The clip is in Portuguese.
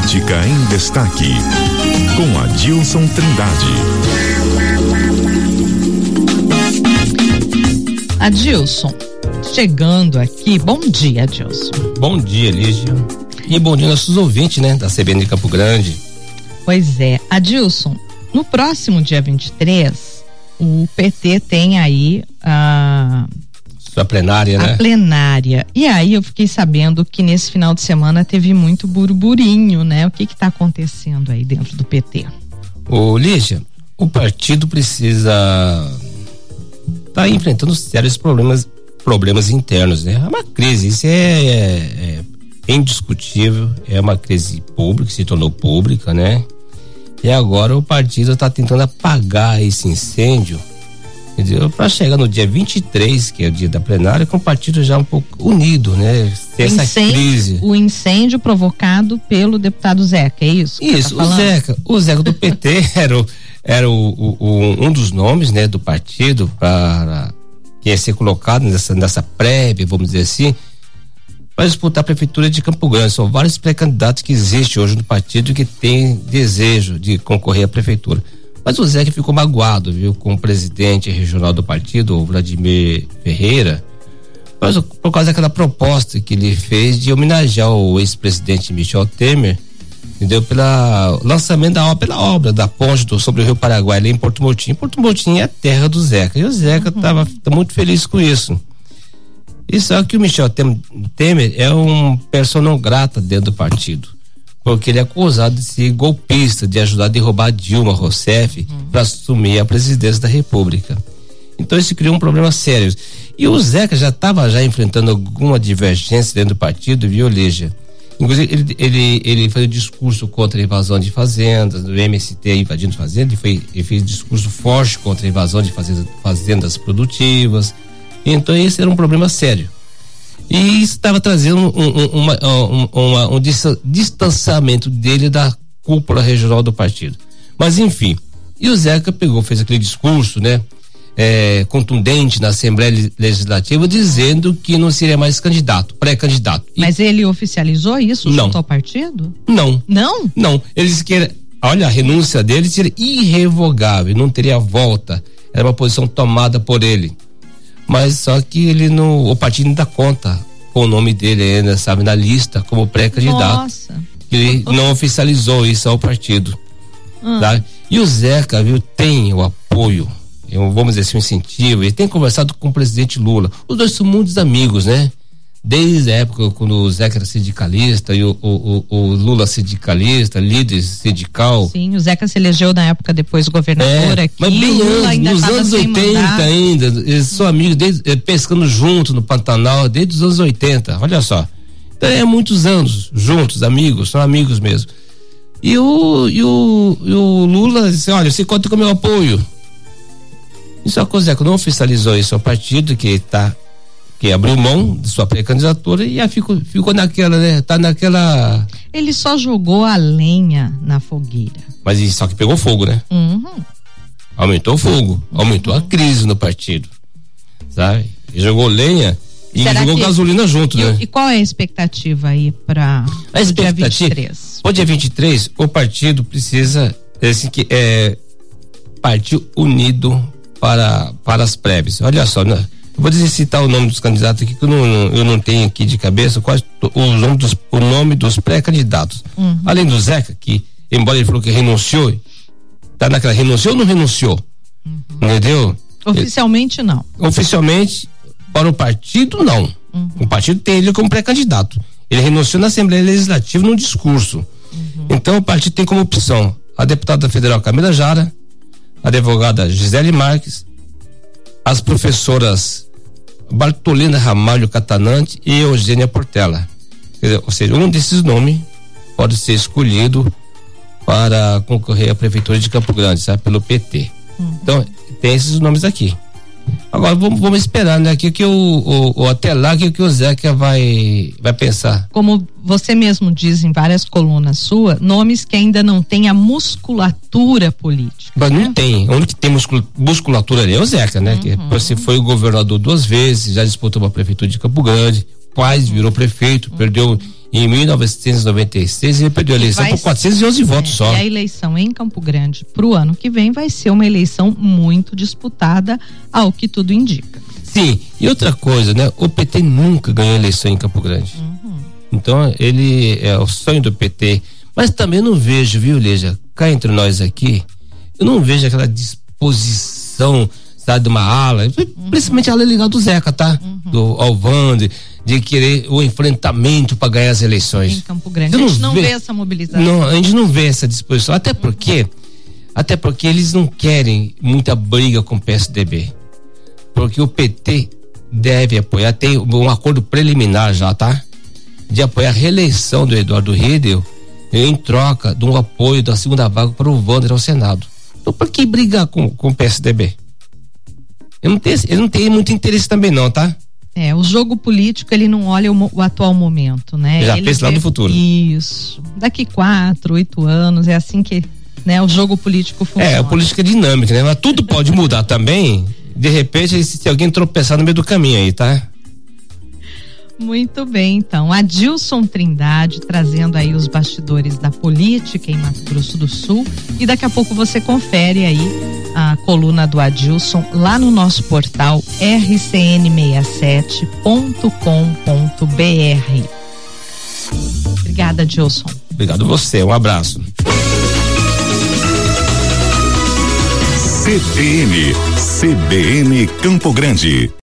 Política em Destaque, com Adilson Trindade. Adilson, chegando aqui, bom dia, Adilson. Bom dia, Lígia. E bom dia nossos ouvintes, né, da CBN de Campo Grande. Pois é, Adilson, no próximo dia 23, o PT tem aí sua plenária, né? A plenária. E aí eu fiquei sabendo que nesse final de semana teve muito burburinho, né? O que está acontecendo aí dentro do PT? Ô, Lígia, o partido precisa tá enfrentando sérios problemas internos, né? É uma crise, isso é indiscutível, é uma crise pública, que se tornou pública, né? E agora o partido está tentando apagar esse incêndio, para chegar no dia 23, que é o dia da plenária, com o partido já um pouco unido, né? Essa crise. O incêndio provocado pelo deputado Zeca, é isso? Isso, o Zeca do PT era um dos nomes, né, do partido para que ia ser colocado nessa prévia, vamos dizer assim, para disputar a prefeitura de Campo Grande. São vários pré-candidatos que existem hoje no partido que tem desejo de concorrer à prefeitura. Mas o Zeca ficou magoado, viu, com o presidente regional do partido, o Vladimir Ferreira, por causa daquela proposta que ele fez de homenagear o ex-presidente Michel Temer, entendeu? Pela lançamento pela obra da ponte sobre o Rio Paraguai, ali em Porto Murtinho. Porto Murtinho é a terra do Zeca, e o Zeca tá muito feliz com isso. E só que o Michel Temer é um persona não grata dentro do partido, porque ele é acusado de ser golpista, de ajudar a derrubar Dilma Rousseff para assumir a presidência da República. Então isso criou um problema sério. E o Zeca já estava enfrentando alguma divergência dentro do partido, viu, Lígia? Inclusive ele fez discurso contra a invasão de fazendas, do MST invadindo fazendas, ele fez discurso forte contra a invasão de fazendas produtivas. Então esse era um problema sério. E isso estava trazendo um distanciamento dele da cúpula regional do partido. Mas enfim, e o Zeca fez aquele discurso, né, contundente na Assembleia Legislativa, dizendo que não seria mais pré-candidato. Mas ele oficializou isso junto ao partido? Não. Não? Não. Ele disse que a renúncia dele seria irrevogável, não teria volta. Era uma posição tomada por ele. Mas só que o partido não dá conta com o nome dele ainda, sabe, na lista como pré-candidato. Nossa. Ele não oficializou isso ao partido. Tá? E o Zeca, viu, tem o apoio, vamos dizer assim, um incentivo. Ele tem conversado com o presidente Lula. Os dois são muitos amigos, né? Desde a época quando o Zeca era sindicalista e o Lula sindicalista, líder sindical. Sim, o Zeca se elegeu na época depois governador aqui. Mas bem nos anos 80 ainda, eles são amigos, pescando junto no Pantanal, desde os anos 80, olha só. Então muitos anos juntos, amigos, são amigos mesmo. E o Lula disse, olha, você conta com o meu apoio. E só que o Zeca não oficializou isso ao partido, que abriu mão de sua pré-candidatura e ficou naquela, né? Tá naquela. Ele só jogou a lenha na fogueira. Mas só que pegou fogo, né? Aumentou o fogo, aumentou a crise no partido, sabe? Ele jogou lenha e jogou gasolina junto, né? E qual é a expectativa aí para o dia 23? O dia 23, o partido precisa partir unido para as prévias. Olha só, né? Vou citar o nome dos candidatos aqui, que eu não tenho aqui de cabeça quase o nome dos pré-candidatos. Além do Zeca, que embora ele falou que renunciou, tá naquela, renunciou ou não renunciou? Entendeu? Oficialmente não. Oficialmente, para o partido não. O partido tem ele como pré-candidato. Ele renunciou na Assembleia Legislativa num discurso. Então o partido tem como opção a deputada federal Camila Jara, a advogada Gisele Marques, as professoras Bartolina Ramalho Catanante e Eugênia Portela. Ou seja, um desses nomes pode ser escolhido para concorrer à prefeitura de Campo Grande, sabe, pelo PT. Então, tem esses nomes aqui. Agora vamos esperar, né? Até lá que o Zeca vai pensar. Como você mesmo diz em várias colunas suas, nomes que ainda não têm a musculatura política. Mas não tem. O único que tem musculatura ali é o Zeca, né? Que você foi o governador 2 vezes, já disputou uma prefeitura de Campo Grande, quase virou prefeito, perdeu em 1996 ele perdeu a eleição por 411 votos só. E a eleição em Campo Grande para o ano que vem vai ser uma eleição muito disputada, ao que tudo indica. Sim, e outra coisa, né? O PT nunca ganhou eleição em Campo Grande. Então ele é o sonho do PT. Mas também não vejo, viu, Lígia, cá entre nós aqui, eu não vejo aquela disposição, sabe, de uma ala, principalmente a ala ligada do Zeca, tá? Do Alvande, de querer o enfrentamento para ganhar as eleições. Em Campo Grande, a gente não vê essa mobilização. Não, a gente não vê essa disposição, até porque eles não querem muita briga com o PSDB, porque o PT deve apoiar, tem um acordo preliminar já, tá? De apoiar a reeleição do Eduardo Riedel em troca de um apoio da segunda vaga para o Wander ao Senado. Então, por que brigar com o PSDB? Ele não tem muito interesse também não, tá? O jogo político, ele não olha o atual momento, né? Já pensa lá no futuro. Isso. Daqui 4, 8 anos, é assim que, né, o jogo político funciona. A política é dinâmica, né? Mas tudo pode mudar também, de repente, se alguém tropeçar no meio do caminho aí, tá? Muito bem, então, Adilson Trindade trazendo aí os bastidores da política em Mato Grosso do Sul, e daqui a pouco você confere aí a coluna do Adilson lá no nosso portal rcn67.com.br. Obrigada, Adilson. Obrigado você, um abraço. CBN Campo Grande.